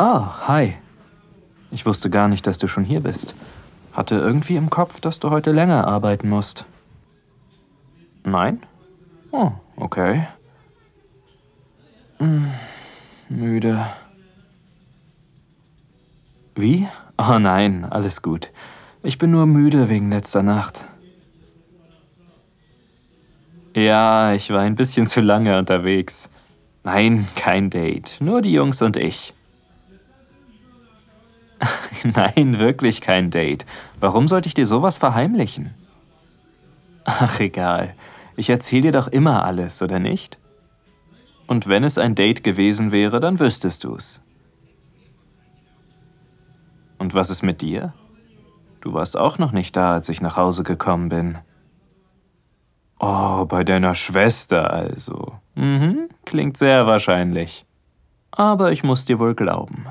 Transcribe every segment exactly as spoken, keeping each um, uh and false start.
Ah, hi. Ich wusste gar nicht, dass du schon hier bist. Hatte irgendwie im Kopf, dass du heute länger arbeiten musst. Nein? Oh, okay. Hm, müde. Wie? Oh nein, alles gut. Ich bin nur müde wegen letzter Nacht. Ja, ich war ein bisschen zu lange unterwegs. Nein, kein Date. Nur die Jungs und ich. Nein, wirklich kein Date. Warum sollte ich dir sowas verheimlichen? Ach, egal. Ich erzähl dir doch immer alles, oder nicht? Und wenn es ein Date gewesen wäre, dann wüsstest du's. Und was ist mit dir? Du warst auch noch nicht da, als ich nach Hause gekommen bin. Oh, bei deiner Schwester also. Mhm, klingt sehr wahrscheinlich. Aber ich muss dir wohl glauben.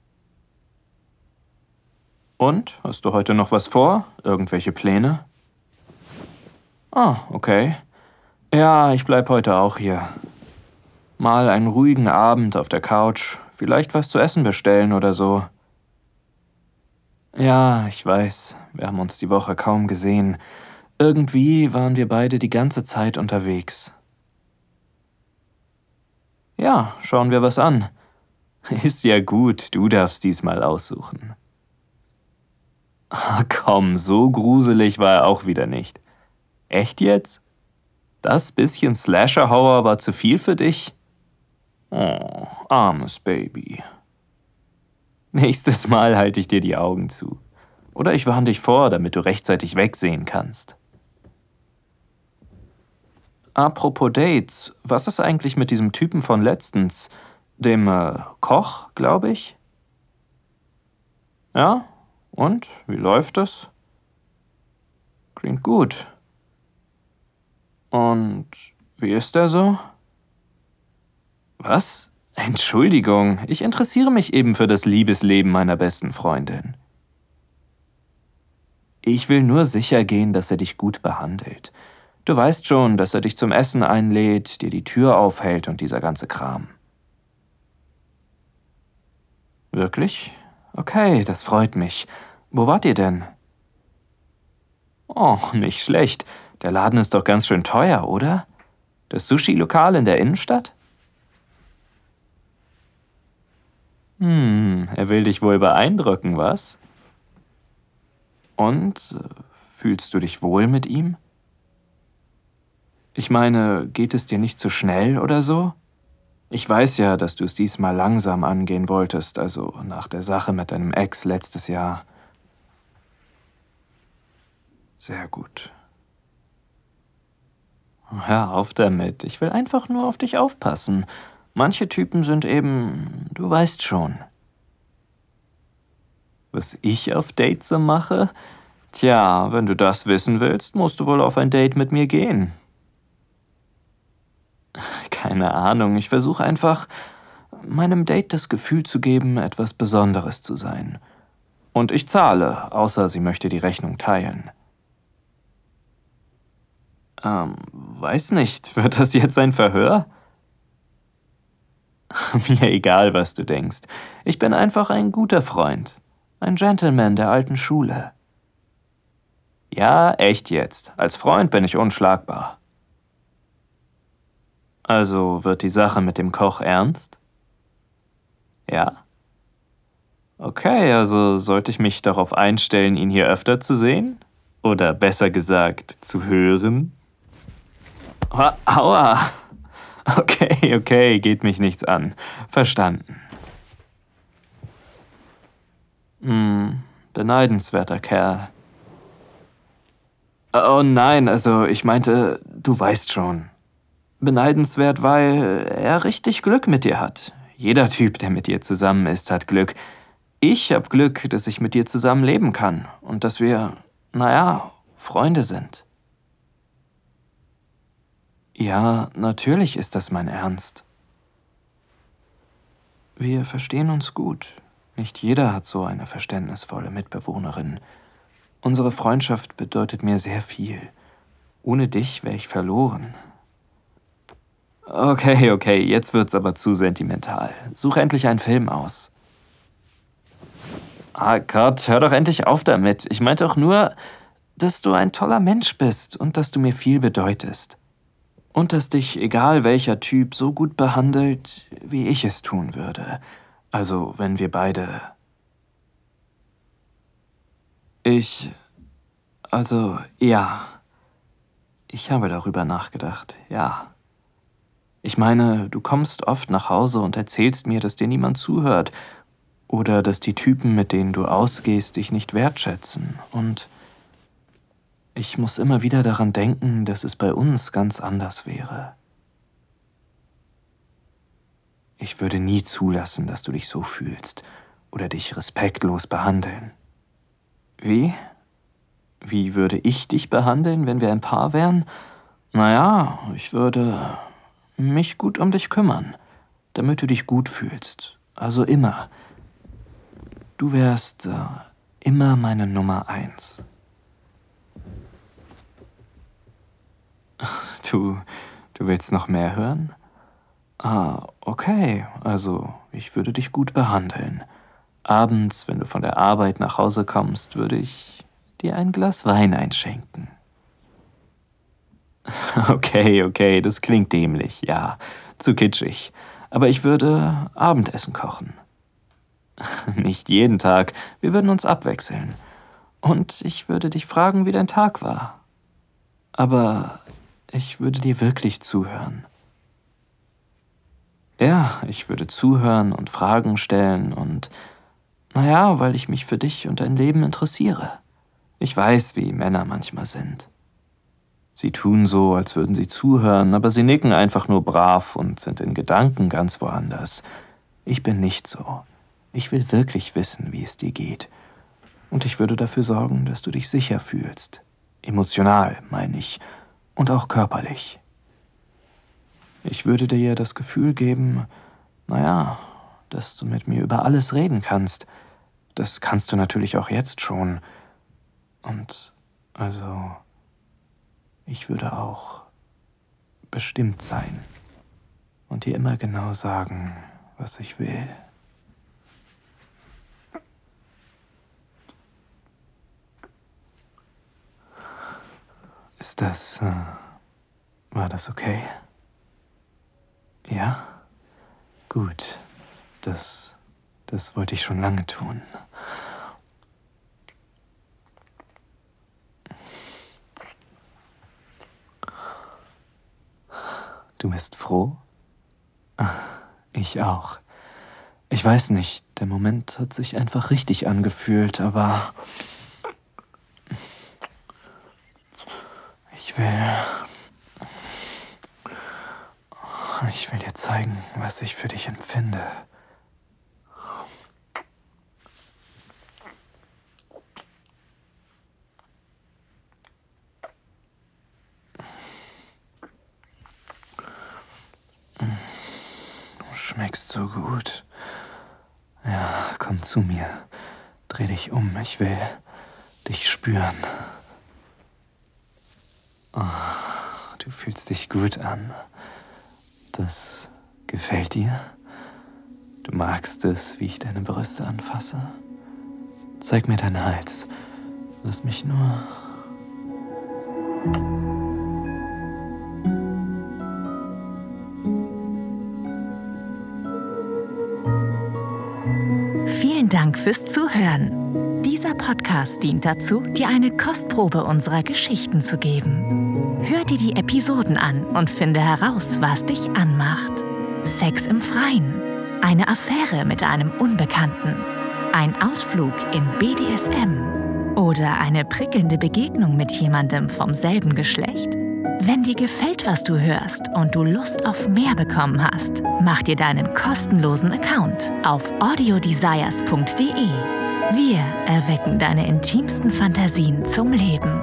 Und, hast du heute noch was vor? Irgendwelche Pläne? Ah, okay. Ja, ich bleib heute auch hier. Mal einen ruhigen Abend auf der Couch, vielleicht was zu essen bestellen oder so. Ja, ich weiß, wir haben uns die Woche kaum gesehen. Irgendwie waren wir beide die ganze Zeit unterwegs. Ja, schauen wir was an. Ist ja gut, du darfst diesmal aussuchen. Ah, komm, so gruselig war er auch wieder nicht. Echt jetzt? Das bisschen Slasher-Horror war zu viel für dich? Oh, armes Baby. Nächstes Mal halte ich dir die Augen zu. Oder ich warne dich vor, damit du rechtzeitig wegsehen kannst. Apropos Dates, was ist eigentlich mit diesem Typen von letztens? Dem äh, Koch, glaube ich? Ja? Und? Wie läuft es? Klingt gut. Und wie ist er so? Was? Entschuldigung, ich interessiere mich eben für das Liebesleben meiner besten Freundin. Ich will nur sicher gehen, dass er dich gut behandelt. Du weißt schon, dass er dich zum Essen einlädt, dir die Tür aufhält und dieser ganze Kram. Wirklich? Okay, das freut mich. Wo wart ihr denn? Oh, nicht schlecht. Der Laden ist doch ganz schön teuer, oder? Das Sushi-Lokal in der Innenstadt? Hm, er will dich wohl beeindrucken, was? Und, äh, fühlst du dich wohl mit ihm? Ich meine, geht es dir nicht zu schnell oder so? Ich weiß ja, dass du es diesmal langsam angehen wolltest, also nach der Sache mit deinem Ex letztes Jahr. Sehr gut. Hör auf damit. Ich will einfach nur auf dich aufpassen. Manche Typen sind eben, du weißt schon. Was ich auf Dates so mache? Tja, wenn du das wissen willst, musst du wohl auf ein Date mit mir gehen. Keine Ahnung, ich versuche einfach, meinem Date das Gefühl zu geben, etwas Besonderes zu sein. Und ich zahle, außer sie möchte die Rechnung teilen. Ähm, weiß nicht, wird das jetzt ein Verhör? Mir egal, was du denkst. Ich bin einfach ein guter Freund. Ein Gentleman der alten Schule. Ja, echt jetzt. Als Freund bin ich unschlagbar. Also wird die Sache mit dem Koch ernst? Ja? Okay, also sollte ich mich darauf einstellen, ihn hier öfter zu sehen? Oder besser gesagt, zu hören? Ha- Aua! Okay, okay, geht mich nichts an. Verstanden. Hm, beneidenswerter Kerl. Oh nein, also ich meinte, du weißt schon. Beneidenswert, weil er richtig Glück mit dir hat. Jeder Typ, der mit dir zusammen ist, hat Glück. Ich hab Glück, dass ich mit dir zusammen leben kann und dass wir, naja, Freunde sind. Ja, natürlich ist das mein Ernst. Wir verstehen uns gut. Nicht jeder hat so eine verständnisvolle Mitbewohnerin. Unsere Freundschaft bedeutet mir sehr viel. Ohne dich wäre ich verloren. Okay, okay, jetzt wird's aber zu sentimental. Such endlich einen Film aus. Ah, Gott, hör doch endlich auf damit. Ich meinte auch nur, dass du ein toller Mensch bist und dass du mir viel bedeutest. Und dass dich, egal welcher Typ, so gut behandelt, wie ich es tun würde. Also, wenn wir beide... Ich... Also, ja. Ich habe darüber nachgedacht, ja. Ich meine, du kommst oft nach Hause und erzählst mir, dass dir niemand zuhört oder dass die Typen, mit denen du ausgehst, dich nicht wertschätzen. Und ich muss immer wieder daran denken, dass es bei uns ganz anders wäre. Ich würde nie zulassen, dass du dich so fühlst oder dich respektlos behandeln. Wie? Wie würde ich dich behandeln, wenn wir ein Paar wären? Naja, ich würde mich gut um dich kümmern, damit du dich gut fühlst. Also immer. Du wärst äh, immer meine Nummer eins. Du, du willst noch mehr hören? Ah, okay. Also, ich würde dich gut behandeln. Abends, wenn du von der Arbeit nach Hause kommst, würde ich dir ein Glas Wein einschenken. Okay, okay, das klingt dämlich, ja, zu kitschig. Aber ich würde Abendessen kochen. Nicht jeden Tag, wir würden uns abwechseln. Und ich würde dich fragen, wie dein Tag war. Aber ich würde dir wirklich zuhören. Ja, ich würde zuhören und Fragen stellen und, naja, weil ich mich für dich und dein Leben interessiere. Ich weiß, wie Männer manchmal sind. Sie tun so, als würden sie zuhören, aber sie nicken einfach nur brav und sind in Gedanken ganz woanders. Ich bin nicht so. Ich will wirklich wissen, wie es dir geht. Und ich würde dafür sorgen, dass du dich sicher fühlst. Emotional, meine ich. Und auch körperlich. Ich würde dir das Gefühl geben, naja, dass du mit mir über alles reden kannst. Das kannst du natürlich auch jetzt schon. Und also... Ich würde auch bestimmt sein und dir immer genau sagen, was ich will. Ist das, äh, war das okay? Ja? Gut, das, das wollte ich schon lange tun. Du bist froh? Ich auch. Ich weiß nicht, der Moment hat sich einfach richtig angefühlt, aber ich will... Ich will dir zeigen, was ich für dich empfinde. Du schmeckst so gut. Ja, komm zu mir. Dreh dich um, ich will dich spüren. Oh, du fühlst dich gut an. Das gefällt dir? Du magst es, wie ich deine Brüste anfasse? Zeig mir deinen Hals. Lass mich nur... Vielen Dank fürs Zuhören. Dieser Podcast dient dazu, dir eine Kostprobe unserer Geschichten zu geben. Hör dir die Episoden an und finde heraus, was dich anmacht. Sex im Freien, eine Affäre mit einem Unbekannten, ein Ausflug in B D S M oder eine prickelnde Begegnung mit jemandem vom selben Geschlecht. Wenn dir gefällt, was du hörst und du Lust auf mehr bekommen hast, mach dir deinen kostenlosen Account auf audiodesires punkt de. Wir erwecken deine intimsten Fantasien zum Leben.